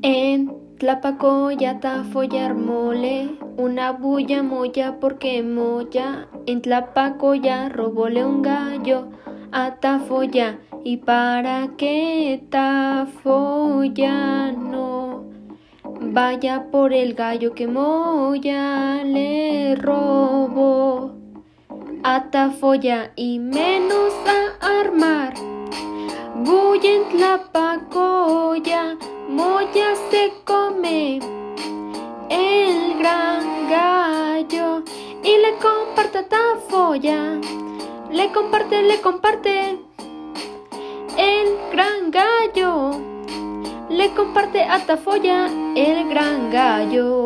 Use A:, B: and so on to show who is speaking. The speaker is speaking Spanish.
A: En Tlapacoya tafollar mole, una bulla moya porque moya. En Tlapacoya robóle un gallo a Tafolla, y para que Tafolla no vaya por el gallo que Moya le robó a Tafolla, y menos a armar bulla en Tlapacoya. Moya se come el gran gallo y le comparte a Tafolla. Le comparte el gran gallo. Le comparte a Tafolla el gran gallo.